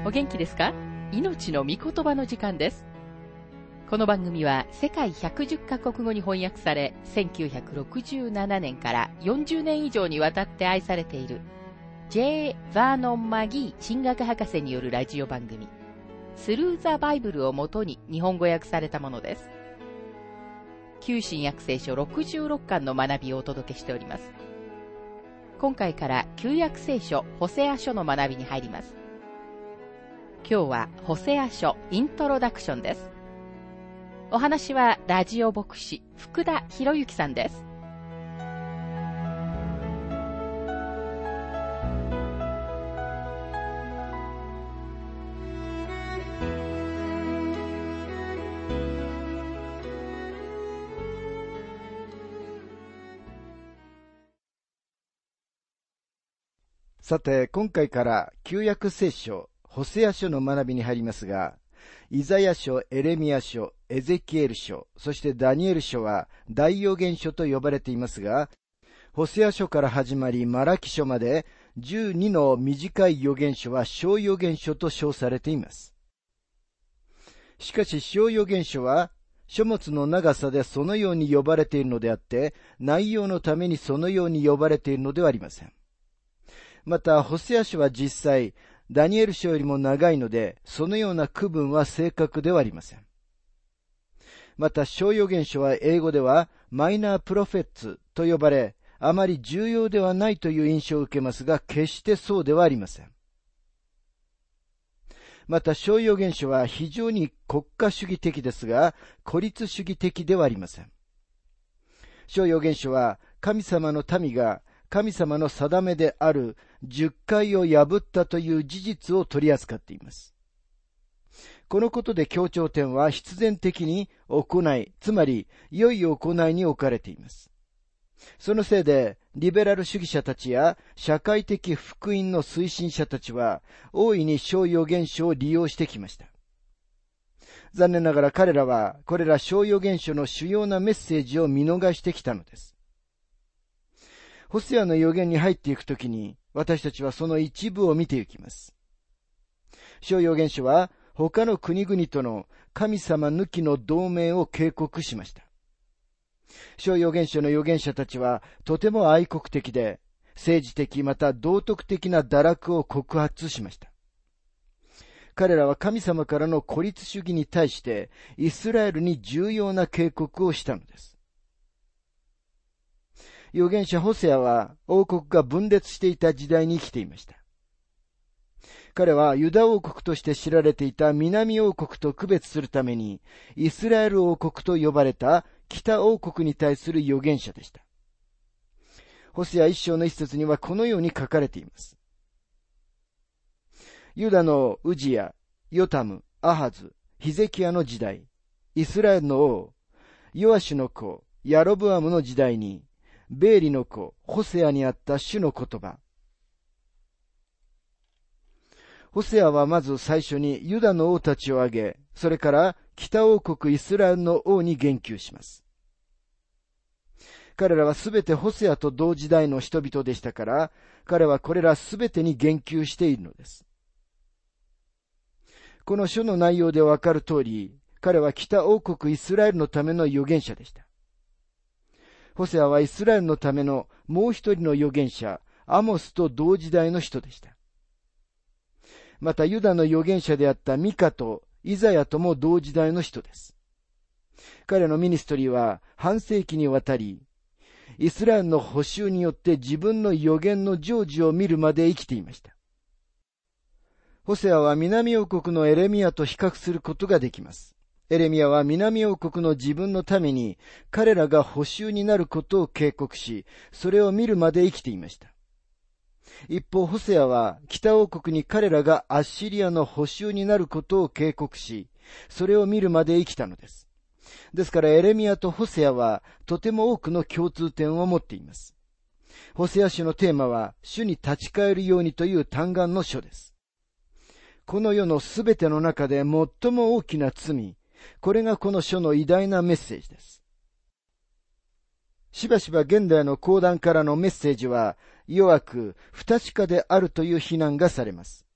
お元気ですか？命の御言葉の時間です。この番組は世界110カ国語に翻訳され、1967年から40年以上にわたって愛されている J. バーノン・マギー神学博士によるラジオ番組、スルー・ザ・バイブルをもとに日本語訳されたものです。旧新約聖書66巻の学びをお届けしております。今回から旧約聖書ホセア書の学びに入ります。今日はホセア書イントロダクションです。お話はラジオ牧師福田博之さんです。 さて、今回から旧約聖書ホセア書の学びに入りますが、イザヤ書、エレミヤ書、エゼキエル書、そしてダニエル書は大預言書と呼ばれていますが、ホセア書から始まりマラキ書まで12の短い預言書は小預言書と称されています。しかし小預言書は書物の長さでそのように呼ばれているのであって、内容のためにそのように呼ばれているのではありません。また、ホセア書は実際、ダニエル書よりも長いので、そのような区分は正確ではありません。また、小預言書は英語ではマイナープロフェッツと呼ばれ、あまり重要ではないという印象を受けますが、決してそうではありません。また、小預言書は非常に国家主義的ですが、孤立主義的ではありません。小預言書は神様の民が神様の定めである10回を破ったという事実を取り扱っています。このことで強調点は必然的に行い、つまり良い行いに置かれています。そのせいで、リベラル主義者たちや社会的福音の推進者たちは大いに小預言書を利用してきました。残念ながら彼らはこれら小預言書の主要なメッセージを見逃してきたのです。ホセアの預言に入っていくときに、私たちはその一部を見ていきます。小預言書は他の国々との神様抜きの同盟を警告しました。小預言書の預言者たちはとても愛国的で、政治的また道徳的な堕落を告発しました。彼らは神様からの孤立主義に対してイスラエルに重要な警告をしたのです。預言者ホセアは王国が分裂していた時代に生きていました。彼はユダ王国として知られていた南王国と区別するためにイスラエル王国と呼ばれた北王国に対する預言者でした。ホセア一章の一節にはこのように書かれています。ユダのウジヤ、ヨタム、アハズ、ヒゼキヤの時代、イスラエルの王、ヨアシュの子、ヤロブアムの時代に、ベーリの子、ホセアにあった主の言葉。ホセアはまず最初にユダの王たちを挙げ、それから北王国イスラエルの王に言及します。彼らはすべてホセアと同時代の人々でしたから、彼はこれらすべてに言及しているのです。この書の内容でわかる通り、彼は北王国イスラエルのための預言者でした。ホセアはイスラエルのためのもう一人の預言者、アモスと同時代の人でした。またユダの預言者であったミカとイザヤとも同時代の人です。彼のミニストリーは半世紀にわたり、イスラエルの補修によって自分の預言の成就を見るまで生きていました。ホセアは南王国のエレミヤと比較することができます。エレミヤは南王国の自分のために彼らが捕囚になることを警告し、それを見るまで生きていました。一方、ホセアは北王国に彼らがアッシリアの捕囚になることを警告し、それを見るまで生きたのです。ですからエレミヤとホセアはとても多くの共通点を持っています。ホセア書のテーマは主に立ち返るようにという嘆願の書です。この世のすべての中で最も大きな罪、これがこの書の偉大なメッセージです。しばしば現代の講談からのメッセージは弱く不確かであるという非難がされます。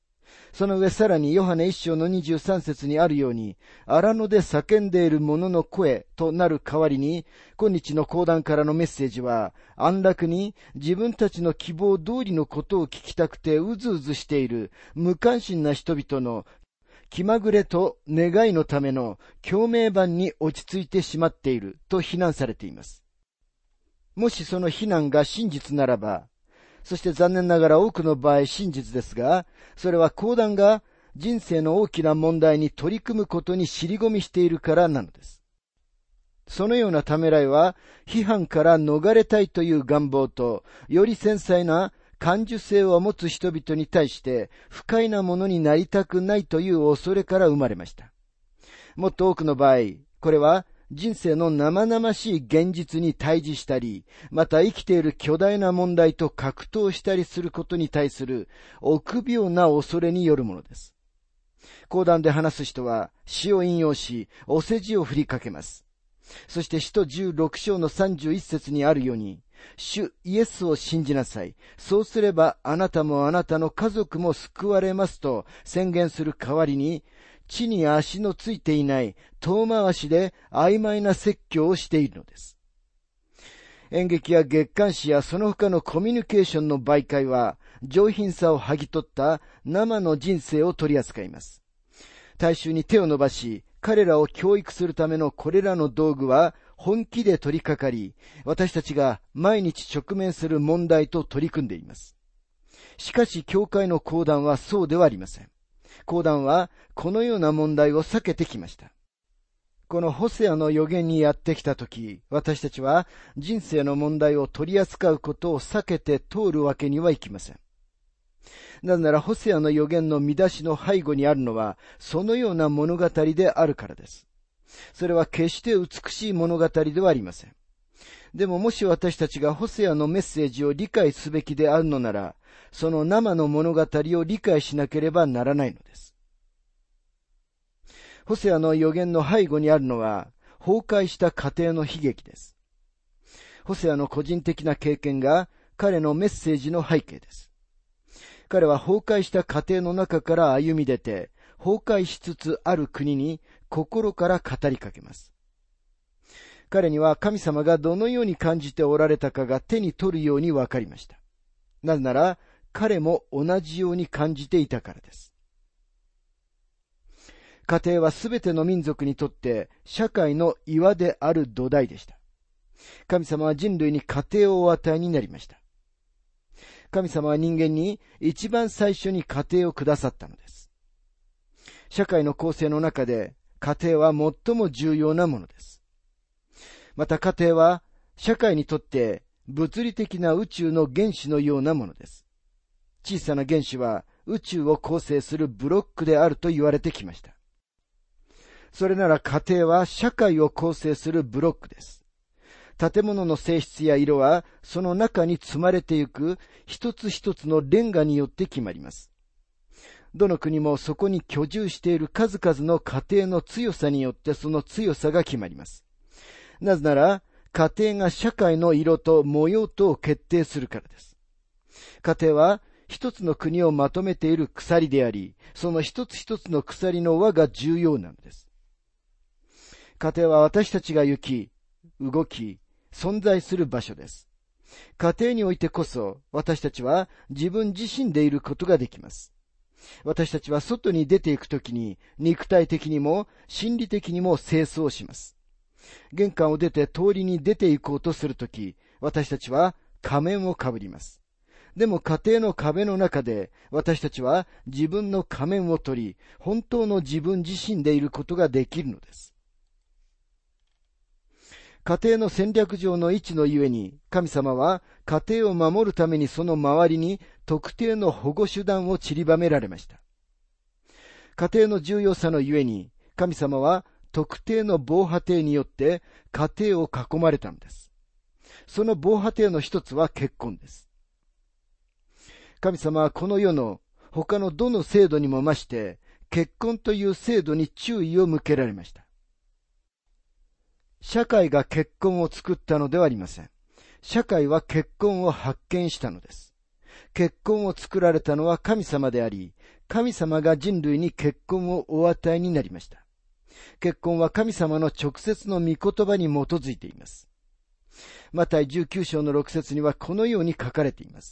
その上さらにヨハネ1章の23節にあるように、荒野で叫んでいる者の声となる代わりに、今日の講談からのメッセージは、安楽に自分たちの希望通りのことを聞きたくてうずうずしている無関心な人々の気まぐれと願いのための共鳴版に落ち着いてしまっていると非難されています。もしその非難が真実ならば、そして残念ながら多くの場合真実ですが、それは講談が人生の大きな問題に取り組むことに尻込みしているからなのです。そのようなためらいは、批判から逃れたいという願望と、より繊細な感受性を持つ人々に対して不快なものになりたくないという恐れから生まれました。もっと多くの場合、これは人生の生々しい現実に対峙したり、また生きている巨大な問題と格闘したりすることに対する臆病な恐れによるものです。講談で話す人は詩を引用し、お世辞を振りかけます。そして使徒16章の31節にあるように、主イエスを信じなさい。そうすればあなたもあなたの家族も救われますと宣言する代わりに、地に足のついていない遠回しで曖昧な説教をしているのです。演劇や月刊誌やその他のコミュニケーションの媒介は上品さを剥ぎ取った生の人生を取り扱います。大衆に手を伸ばし、彼らを教育するためのこれらの道具は本気で取り掛かり、私たちが毎日直面する問題と取り組んでいます。しかし教会の講談はそうではありません。講談はこのような問題を避けてきました。このホセアの予言にやってきたとき、私たちは人生の問題を取り扱うことを避けて通るわけにはいきません。なぜならホセアの予言の見出しの背後にあるのはそのような物語であるからです。それは決して美しい物語ではありません。でももし私たちがホセアのメッセージを理解すべきであるのなら、その生の物語を理解しなければならないのです。ホセアの予言の背後にあるのは崩壊した家庭の悲劇です。ホセアの個人的な経験が彼のメッセージの背景です。彼は崩壊した家庭の中から歩み出て、崩壊しつつある国に心から語りかけます。彼には神様がどのように感じておられたかが手に取るようにわかりました。なぜなら彼も同じように感じていたからです。家庭はすべての民族にとって社会の岩である土台でした。神様は人類に家庭をお与えになりました。神様は人間に一番最初に家庭をくださったのです。社会の構成の中で家庭は最も重要なものです。また家庭は社会にとって物理的な宇宙の原子のようなものです。小さな原子は宇宙を構成するブロックであると言われてきました。それなら家庭は社会を構成するブロックです。建物の性質や色はその中に積まれてゆく一つ一つのレンガによって決まります。どの国もそこに居住している数々の家庭の強さによってその強さが決まります。なぜなら家庭が社会の色と模様とを決定するからです。家庭は一つの国をまとめている鎖であり、その一つ一つの鎖の輪が重要なのです。家庭は私たちが行き、動き、存在する場所です。家庭においてこそ私たちは自分自身でいることができます。私たちは外に出ていくときに肉体的にも心理的にも清掃します。玄関を出て通りに出て行こうとするとき、私たちは仮面をかぶります。でも家庭の壁の中で私たちは自分の仮面を取り、本当の自分自身でいることができるのです。家庭の戦略上の位置のゆえに、神様は家庭を守るためにその周りに特定の保護手段を散りばめられました。家庭の重要さのゆえに、神様は特定の防波堤によって家庭を囲まれたのです。その防波堤の一つは結婚です。神様はこの世の他のどの制度にも増して結婚という制度に注意を向けられました。社会が結婚を作ったのではありません。社会は結婚を発見したのです。結婚を作られたのは神様であり、 神様が人類に結婚をお与えになりました。結婚は神様の直接の御言葉に基づいています。マタイ19章の6節にはこのように書かれています。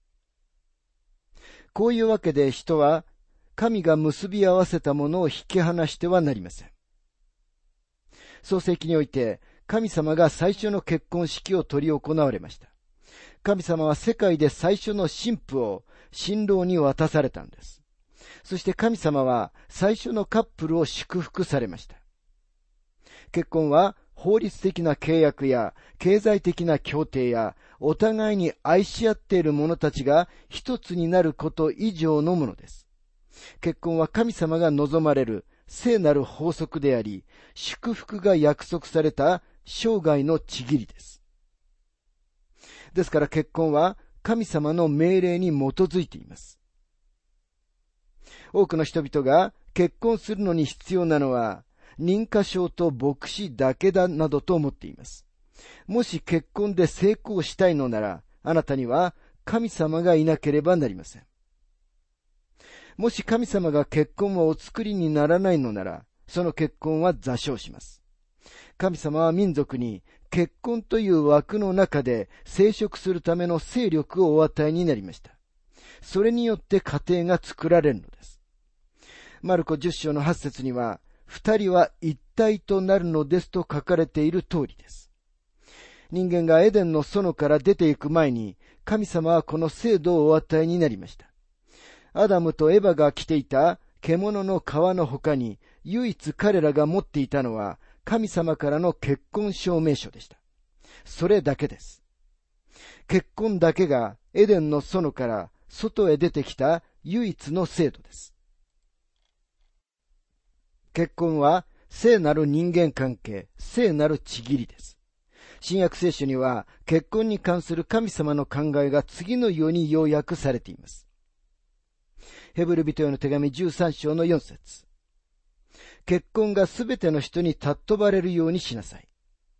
こういうわけで人は神が結び合わせたものを引き離してはなりません。創世記において神様が最初の結婚式を執り行われました。神様は世界で最初の新婦を新郎に渡されたんです。そして神様は最初のカップルを祝福されました。結婚は法律的な契約や経済的な協定やお互いに愛し合っている者たちが一つになること以上のものです。結婚は神様が望まれる聖なる法則であり、祝福が約束された生涯の契りです。ですから結婚は神様の命令に基づいています。多くの人々が結婚するのに必要なのは認可証と牧師だけだなどと思っています。もし結婚で成功したいのなら、あなたには神様がいなければなりません。もし神様が結婚をお作りにならないのなら、その結婚は座礁します。神様は民族に結婚という枠の中で生殖するための勢力をお与えになりました。それによって家庭が作られるのです。マルコ10章の8節には、二人は一体となるのですと書かれている通りです。人間がエデンの園から出ていく前に、神様はこの制度をお与えになりました。アダムとエバが着ていた獣の皮の他に、唯一彼らが持っていたのは、神様からの結婚証明書でした。それだけです。結婚だけがエデンの園から外へ出てきた唯一の制度です。結婚は聖なる人間関係、聖なる契りです。新約聖書には結婚に関する神様の考えが次のように要約されています。ヘブル人への手紙13章の4節。結婚がすべての人に尊ばれるようにしなさい。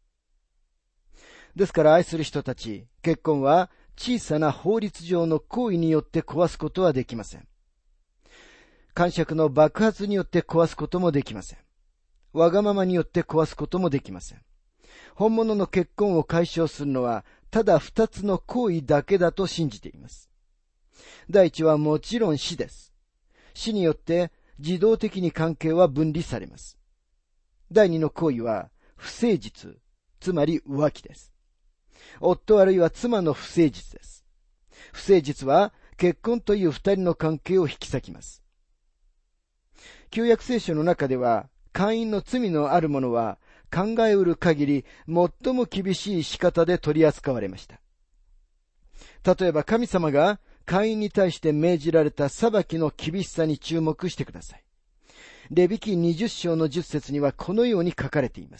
ですから愛する人たち、結婚は小さな法律上の行為によって壊すことはできません。癇癪の爆発によって壊すこともできません。わがままによって壊すこともできません。本物の結婚を解消するのはただ二つの行為だけだと信じています。第一はもちろん死です。死によって自動的に関係は分離されます。第二の行為は不誠実、つまり浮気です。夫あるいは妻の不誠実です。不誠実は結婚という二人の関係を引き裂きます。旧約聖書の中では、姦淫の罪のある者は考えうる限り最も厳しい仕方で取り扱われました。例えば神様が姦淫に対して命じられた裁きの厳しさに注目してください。レビ記20章の10節にはこのように書かれています。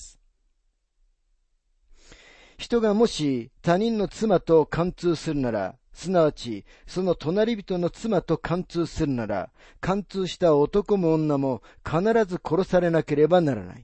人がもし他人の妻と貫通するなら、すなわちその隣人の妻と貫通するなら、貫通した男も女も必ず殺されなければならない。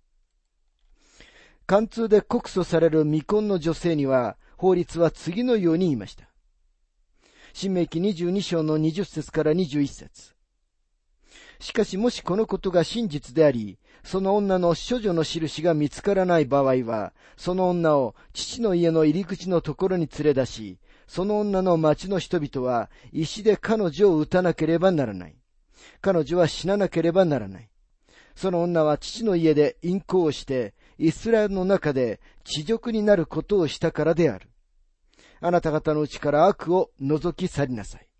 貫通で告訴される未婚の女性には、法律は次のように言いました。申命記22章の20節から21節。しかしもしこのことが真実であり、その女の処女の印が見つからない場合は、その女を父の家の入り口のところに連れ出し、その女の町の人々は石で彼女を撃たなければならない。彼女は死ななければならない。その女は父の家で淫行をして、イスラエルの中で恥辱になることをしたからである。あなた方のうちから悪を除き去りなさい。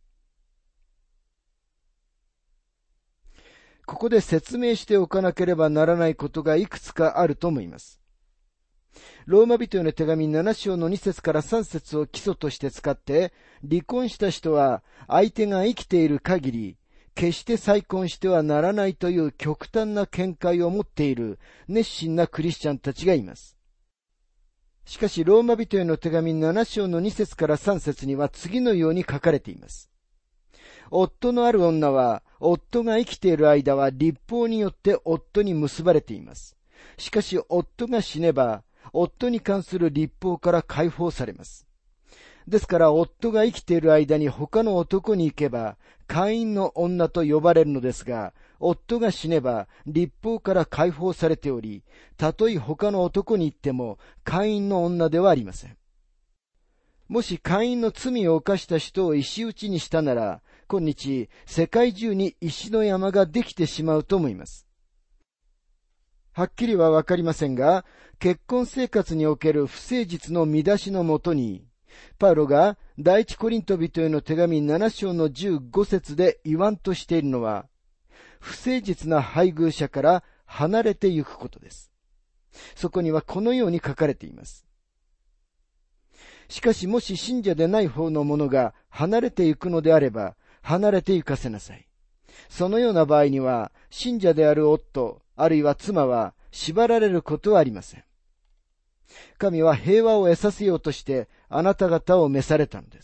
ここで説明しておかなければならないことがいくつかあると思います。ローマ人への手紙7章の2節から3節を基礎として使って、離婚した人は相手が生きている限り、決して再婚してはならないという極端な見解を持っている熱心なクリスチャンたちがいます。しかし、ローマ人への手紙7章の2節から3節には次のように書かれています。夫のある女は、夫が生きている間は律法によって夫に結ばれています。しかし、夫が死ねば、夫に関する律法から解放されます。 ですから夫が生きている間に他の男に行けば、カインの女と呼ばれるのですが、夫が死ねば律法から解放されており、たとえ他の男に行ってもカインの女ではありません。もしカインの罪を犯した人を石打ちにしたなら、今日世界中に石の山ができてしまうと思います。はっきりはわかりませんが、結婚生活における不誠実の見出しのもとに、パウロが第一コリント人への手紙7章の15節で言わんとしているのは、不誠実な配偶者から離れてゆくことです。そこにはこのように書かれています。しかしもし信者でない方の者が離れてゆくのであれば、離れてゆかせなさい。そのような場合には、信者である夫、あるいは妻は縛られることはありません。神は平和を得させようとしてあなた方を召されたのです。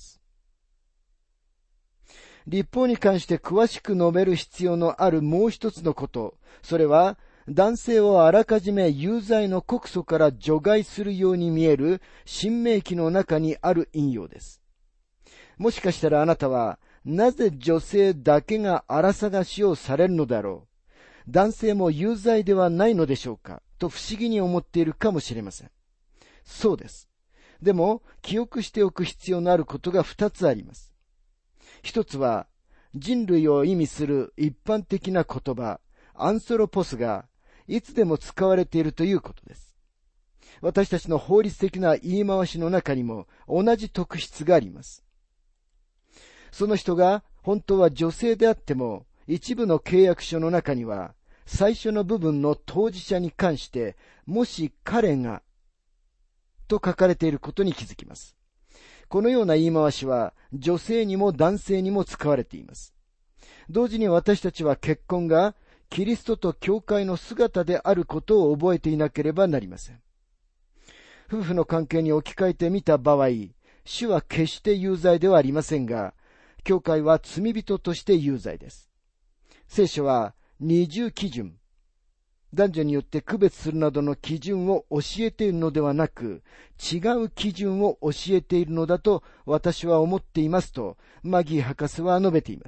律法に関して詳しく述べる必要のあるもう一つのこと、それは男性をあらかじめ有罪の告訴から除外するように見える新明記の中にある引用です。もしかしたらあなたは、なぜ女性だけが荒探しをされるのだろう。男性も有罪ではないのでしょうかと不思議に思っているかもしれません。そうです。でも、記憶しておく必要のあることが2つあります。一つは、人類を意味する一般的な言葉、アンソロポスが、いつでも使われているということです。私たちの法律的な言い回しの中にも同じ特質があります。その人が本当は女性であっても、一部の契約書の中には、最初の部分の当事者に関して、もし彼が、と書かれていることに気づきます。このような言い回しは、女性にも男性にも使われています。同時に私たちは結婚が、キリストと教会の姿であることを覚えていなければなりません。夫婦の関係に置き換えてみた場合、主は決して有罪ではありませんが、教会は罪人として有罪です。聖書は二重基準、男女によって区別するなどの基準を教えているのではなく、違う基準を教えているのだと私は思っていますと、マギー博士は述べています。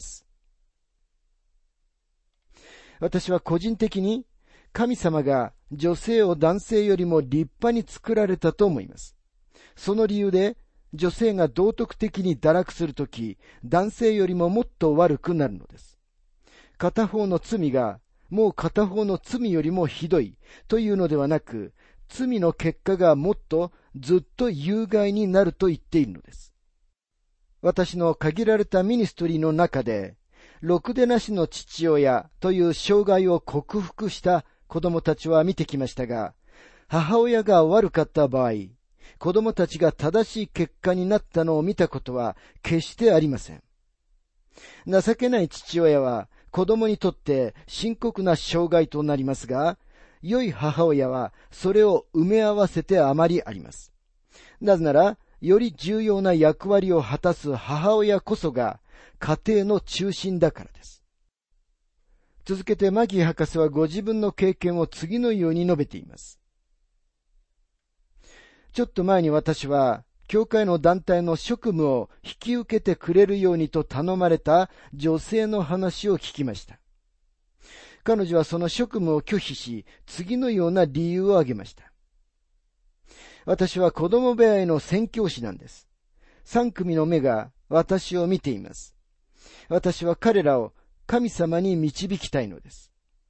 私は個人的に神様が女性を男性よりも立派に作られたと思います。その理由で女性が道徳的に堕落するとき、男性よりももっと悪くなるのです。片方の罪がもう片方の罪よりもひどいというのではなく、罪の結果がもっとずっと有害になると言っているのです。私の限られたミニストリーの中で、ろくでなしの父親という障害を克服した子供たちは見てきましたが、母親が悪かった場合、子供たちが正しい結果になったのを見たことは決してありません。情けない父親は子供にとって深刻な障害となりますが、良い母親はそれを埋め合わせてあまりあります。なぜなら、より重要な役割を果たす母親こそが家庭の中心だからです。続けてマギー博士はご自分の経験を次のように述べています。ちょっと前に私は、教会の団体の職務を引き受けてくれるようにと頼まれた女性の話を聞きました。彼女はその職務を拒否し、次のような理由を挙げました。私は子供部屋への宣教師なんです。3組の目が私を見ています。私は彼らを神様に導きたいのです。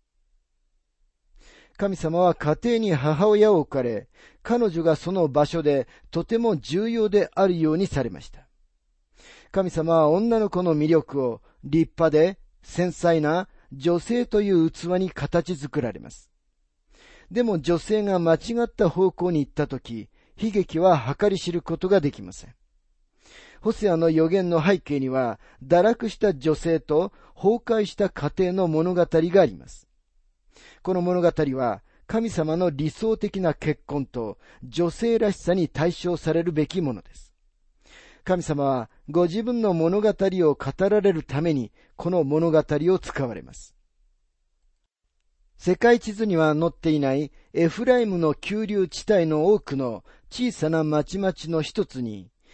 神様は家庭に母親を置かれ、彼女がその場所でとても重要であるようにされました。神様は女の子の魅力を立派で繊細な女性という器に形作られます。でも女性が間違った方向に行ったとき、悲劇は計り知ることができません。ホセアの預言の背景には、堕落した女性と崩壊した家庭の物語があります。この物語は神様の理想的な結婚と女性らしさに対象されるべきものです。神様はご自分の物語を語られるためにこの物語を使われます。世界地図には載っていないエフライムの丘陵地帯の多くの小さな町々の一つに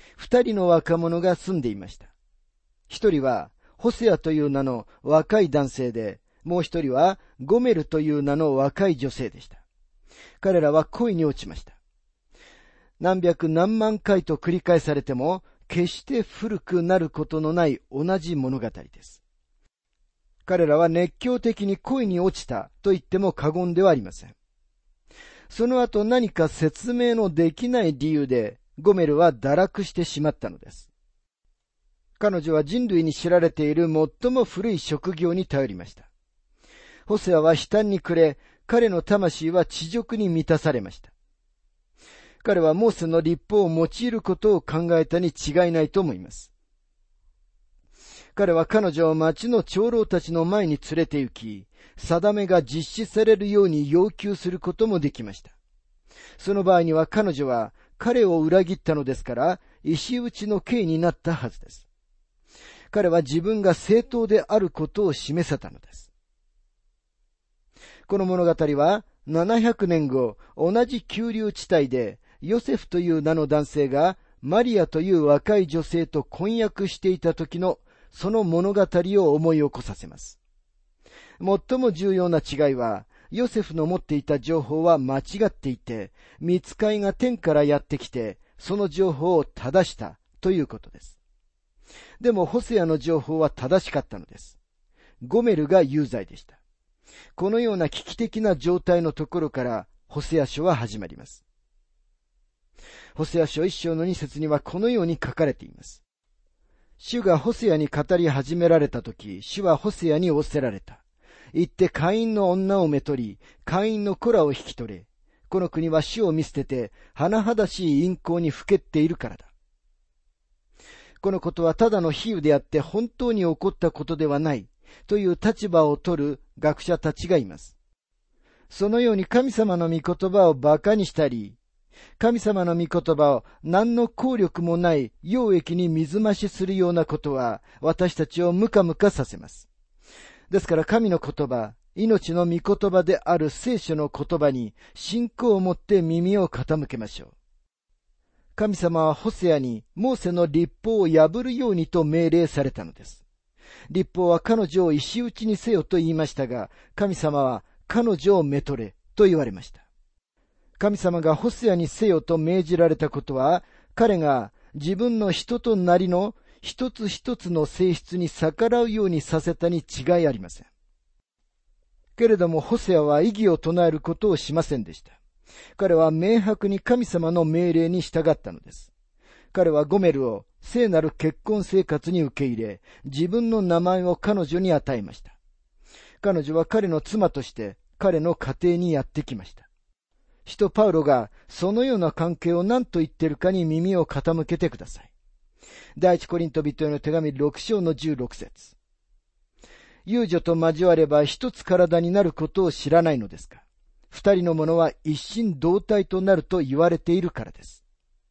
二人の若者が住んでいました。一人はホセアという名の若い男性で、もう一人はゴメルという名の若い女性でした。彼らは恋に落ちました。何百何万回と繰り返されても、決して古くなることのない同じ物語です。彼らは熱狂的に恋に落ちたと言っても過言ではありません。その後何か説明のできない理由で、ゴメルは堕落してしまったのです。彼女は人類に知られている最も古い職業に頼りました。ホセアは悲嘆に暮れ、彼の魂は恥辱に満たされました。彼はモーセの律法を用いることを考えたに違いないと思います。彼は彼女を町の長老たちの前に連れて行き、定めが実施されるように要求することもできました。その場合には彼女は彼を裏切ったのですから、石打ちの刑になったはずです。彼は自分が正当であることを示せたのです。この物語は700年後、同じ丘陵地帯でヨセフという名の男性がマリアという若い女性と婚約していた時のその物語を思い起こさせます。最も重要な違いは、ヨセフの持っていた情報は間違っていて、御使いが天からやってきて、その情報を正したということです。でもホセアの情報は正しかったのです。ゴメルが有罪でした。このような危機的な状態のところからホセア書は始まります。ホセア書1章の2節にはこのように書かれています。主がホセアに語り始められたとき、主はホセアに仰せられた。行ってカインの女をめとり、カインの子らを引き取れ。この国は主を見捨てて、甚だしい淫行にふけっているからだ。このことはただの比喩であって本当に起こったことではないという立場を取る学者たちがいます。そのように神様の御言葉を馬鹿にしたり、神様の御言葉を何の効力もない溶液に水増しするようなことは私たちをムカムカさせます。ですから神の言葉、命の御言葉である聖書の言葉に信仰を持って耳を傾けましょう。神様はホセアにモーセの律法を破るようにと命令されたのです。律法は彼女を石打ちにせよと言いましたが、神様は彼女をめとれと言われました。神様がホセアにせよと命じられたことは、彼が自分の人となりの一つ一つの性質に逆らうようにさせたに違いありません。けれどもホセアは異議を唱えることをしませんでした。彼は明白に神様の命令に従ったのです。彼はゴメルを聖なる結婚生活に受け入れ、自分の名前を彼女に与えました。彼女は彼の妻として彼の家庭にやってきました。使徒パウロがそのような関係を何と言っているかに耳を傾けてください。第一コリント人への手紙6章の16節。遊女と交われば一つ体になることを知らないのですか。二人のものは一心同体となると言われているからです。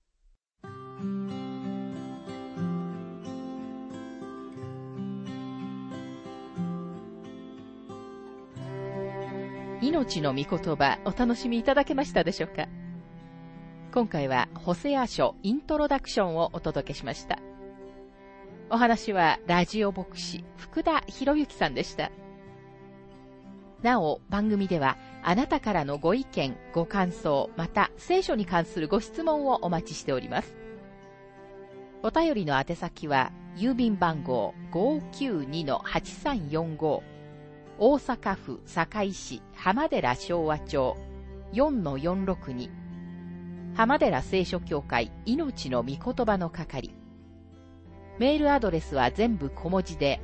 命の御言葉、お楽しみいただけましたでしょうか。今回はホセア書イントロダクションをお届けしました。お話はラジオ牧師福田博之さんでした。なお番組ではあなたからのご意見ご感想また聖書に関するご質問をお待ちしております。お便りの宛先は郵便番号 592-8345 大阪府堺市浜寺昭和町 4-462 浜寺聖書協会命の御言葉の係。メールアドレスは全部小文字で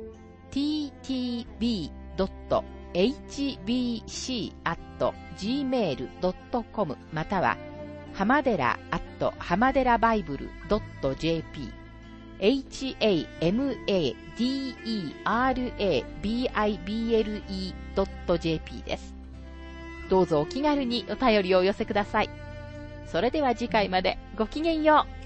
ttb.hbc@gmail.com または浜寺@hamaderabible.jp hamaderabible.jp です。どうぞお気軽にお便りをお寄せください。それでは次回までごきげんよう。